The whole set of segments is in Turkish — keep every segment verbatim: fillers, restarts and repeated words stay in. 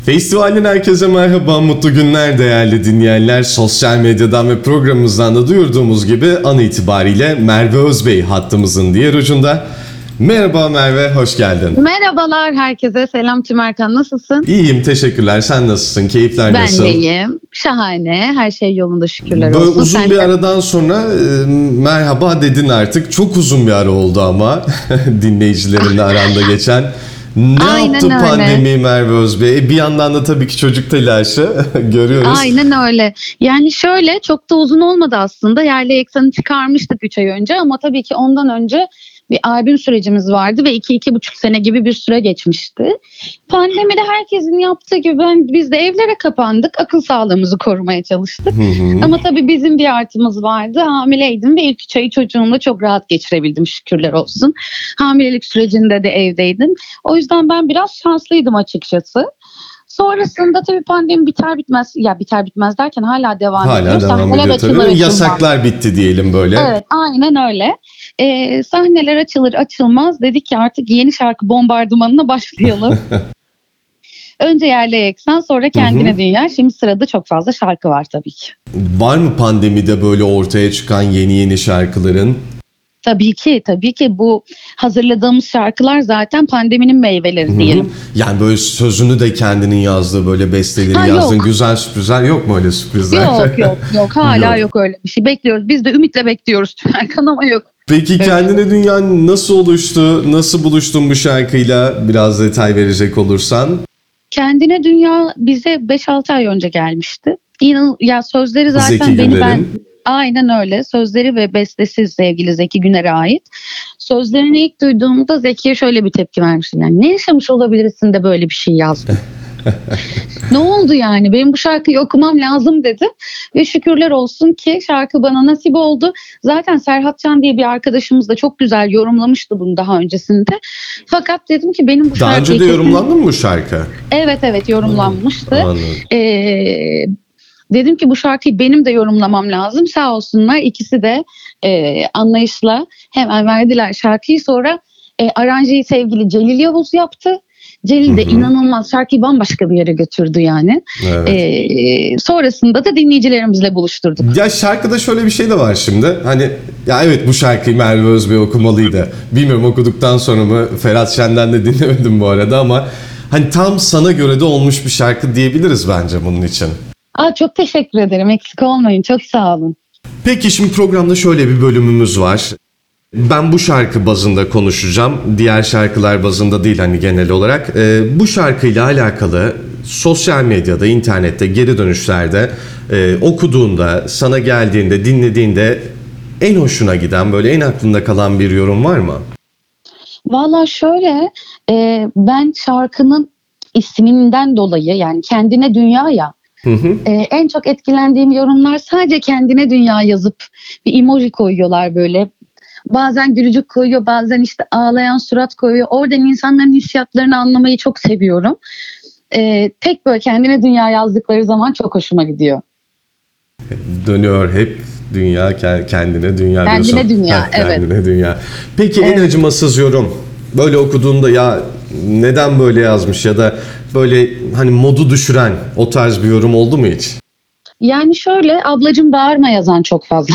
Festivalden herkese merhaba, mutlu günler değerli dinleyenler. Sosyal medyadan ve programımızdan da duyurduğumuz gibi an itibariyle Merve Özbey hattımızın diğer ucunda. Merhaba Merve, hoş geldin. Merhabalar herkese, selam Tümerkan, nasılsın? İyiyim, teşekkürler. Sen nasılsın? Keyifler Ben nasıl? de iyiyim, şahane, her şey yolunda şükürler Böyle olsun. uzun Sen bir de... aradan sonra e, merhaba dedin artık. Çok uzun bir ara oldu ama dinleyicilerinle aranda geçen. Ne Aynen yaptı öyle. pandemi Merve Özbey? E, bir yandan da tabii ki çocuk telaşı görüyoruz. Aynen öyle. Yani şöyle, çok da uzun olmadı aslında. Yerli Eksan'ı çıkarmıştık üç ay önce ama tabii ki ondan önce bir albüm sürecimiz vardı ve iki iki buçuk sene gibi bir süre geçmişti. Pandemide herkesin yaptığı gibi ben, biz de evlere kapandık. Akıl sağlığımızı korumaya çalıştık. Hı hı. Ama tabii bizim bir artımız vardı. Hamileydim ve ilk üç ayı çocuğumla çok rahat geçirebildim, şükürler olsun. Hamilelik sürecinde de evdeydim. O yüzden ben biraz şanslıydım açıkçası. Sonrasında tabii pandemi biter bitmez, ya biter bitmez derken hala devam Hala ediyor. devam Sahneler ediyor açılır tabii. açılmaz. Yasaklar bitti diyelim böyle. Evet, aynen öyle. Ee, sahneler açılır açılmaz dedik ki artık yeni şarkı bombardımanına başlayalım. Önce Yerli Eksen, sonra Kendine Hı hı. Dünya. Şimdi sırada çok fazla şarkı var tabii ki. Var mı pandemide böyle ortaya çıkan yeni yeni şarkıların? Tabii ki, tabii ki bu hazırladığımız şarkılar zaten pandeminin meyveleri diyelim. Yani böyle sözünü de kendinin yazdığı, böyle besteleri Ha, yazdığın yok. güzel sürprizler yok mu, öyle sürprizler? Yok yok yok hala Yok. yok öyle bir şey. Bekliyoruz. Biz de ümitle bekliyoruz Tümerkan ama yok. Peki Evet. Kendine Dünya nasıl oluştu? Nasıl buluştun bu şarkıyla? Biraz detay verecek olursan. Kendine Dünya bize beş altı ay önce gelmişti. İnan, ya sözleri zaten Zeki beni ben Günler'in. aynen öyle. Sözleri ve bestesi sevgili Zeki Güner'e ait. Sözlerini ilk duyduğumda Zeki'ye şöyle bir tepki vermiştim. Yani ne yaşamış olabilirsin de böyle bir şey yazdın? Ne oldu yani? Benim bu şarkıyı okumam lazım dedi. Ve şükürler olsun ki şarkı bana nasip oldu. Zaten Serhat Can diye bir arkadaşımız da çok güzel yorumlamıştı bunu daha öncesinde. Fakat dedim ki benim bu Daha şarkıyı önce de kesin... yorumlandı mı bu şarkı? Evet evet yorumlanmıştı. Anladım. Ee, dedim ki bu şarkıyı benim de yorumlamam lazım. Sağ olsunlar ikisi de e, anlayışla hemen verdiler şarkıyı. Sonra e, aranjeyi sevgili Celil Yavuz yaptı. Celil de Hı hı. inanılmaz şarkıyı bambaşka bir yere götürdü yani. Evet. Ee, sonrasında da dinleyicilerimizle buluşturduk. Ya şarkıda şöyle bir şey de var şimdi. Hani ya evet, bu şarkıyı Merve Özbey okumalıydı. Bilmiyorum okuduktan sonra mı, Ferhat Şen'den de dinlemedim bu arada ama hani tam sana göre de olmuş bir şarkı diyebiliriz bence bunun için. Aa, çok teşekkür ederim. Eksik olmayın. Çok sağ olun. Peki şimdi programda şöyle bir bölümümüz var. Ben bu şarkı bazında konuşacağım. Diğer şarkılar bazında değil, hani genel olarak. Ee, bu şarkıyla alakalı sosyal medyada, internette, geri dönüşlerde e, okuduğunda, sana geldiğinde, dinlediğinde en hoşuna giden, böyle en aklında kalan bir yorum var mı? Valla şöyle e, ben şarkının isminden dolayı yani Kendine Dünya ya Hı hı. e, en çok etkilendiğim yorumlar sadece Kendine Dünya yazıp bir emoji koyuyorlar böyle. Bazen gülücük koyuyor, bazen işte ağlayan surat koyuyor. Oradan insanların hissiyatlarını anlamayı çok seviyorum. E, tek böyle Kendine Dünya yazdıkları zaman çok hoşuma gidiyor. Dönüyor hep dünya ke- kendine dünya Kendine diyorsun. dünya, Heh, evet. Kendine dünya. Peki en Evet. acımasız yorum. Böyle okuduğunda ya neden böyle yazmış ya da böyle hani modu düşüren o tarz bir yorum oldu mu hiç? Yani şöyle ablacım bağırma yazan çok fazla.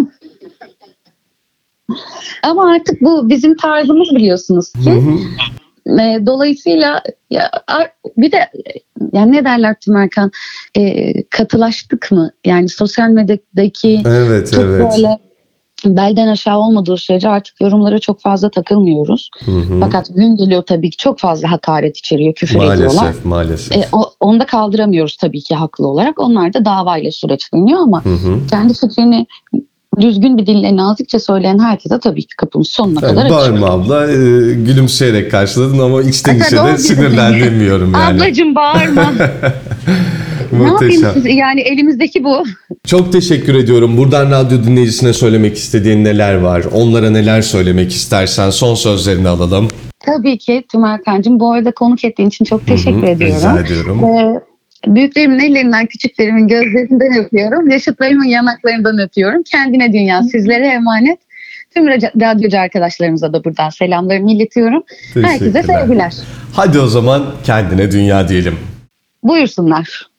Ama artık bu bizim tarzımız biliyorsunuz Hı ki. hı. E, dolayısıyla ya, ar- bir de yani ne derler Tümerkan, e, katılaştık mı? Yani sosyal medyadaki Evet, çok evet. böyle belden aşağı olmadığı sürece artık yorumlara çok fazla takılmıyoruz. Hı hı. Fakat gün geliyor tabii ki çok fazla hakaret içeriyor, küfür ediyorlar. Maalesef, maalesef. E, o, onu da kaldıramıyoruz tabii ki haklı olarak. Onlar da davayla süreçleniyor ama Hı hı. kendi fikrini düzgün bir dille nazikçe söyleyen herkese tabii ki kapımız sonuna kadar Yani açık. bağırma abla, e, gülümseyerek karşıladın ama içten E, içe tabii o de bizim- sinirlendirmiyorum yani. Ablacım bağırma. Ne yapayım Muhteşem. siz? Yani elimizdeki bu. Çok teşekkür ediyorum. Buradan radyo dinleyicisine söylemek istediğin neler var? Onlara neler söylemek istersen son sözlerini alalım. Tabii ki Tümerkancığım. Bu arada konuk ettiğin için çok teşekkür Hı hı, ediyorum. rica ediyorum. Ee, büyüklerimin ellerinden, küçüklerimin gözlerinden öpüyorum. Yaşıtlarımın yanaklarından öpüyorum. Kendine dünya sizlere emanet. Tüm rac- radyocu arkadaşlarımıza da buradan selamlarımı iletiyorum. Herkese Teşekkürler. sevgiler. Hadi o zaman kendine dünya diyelim. Buyursunlar.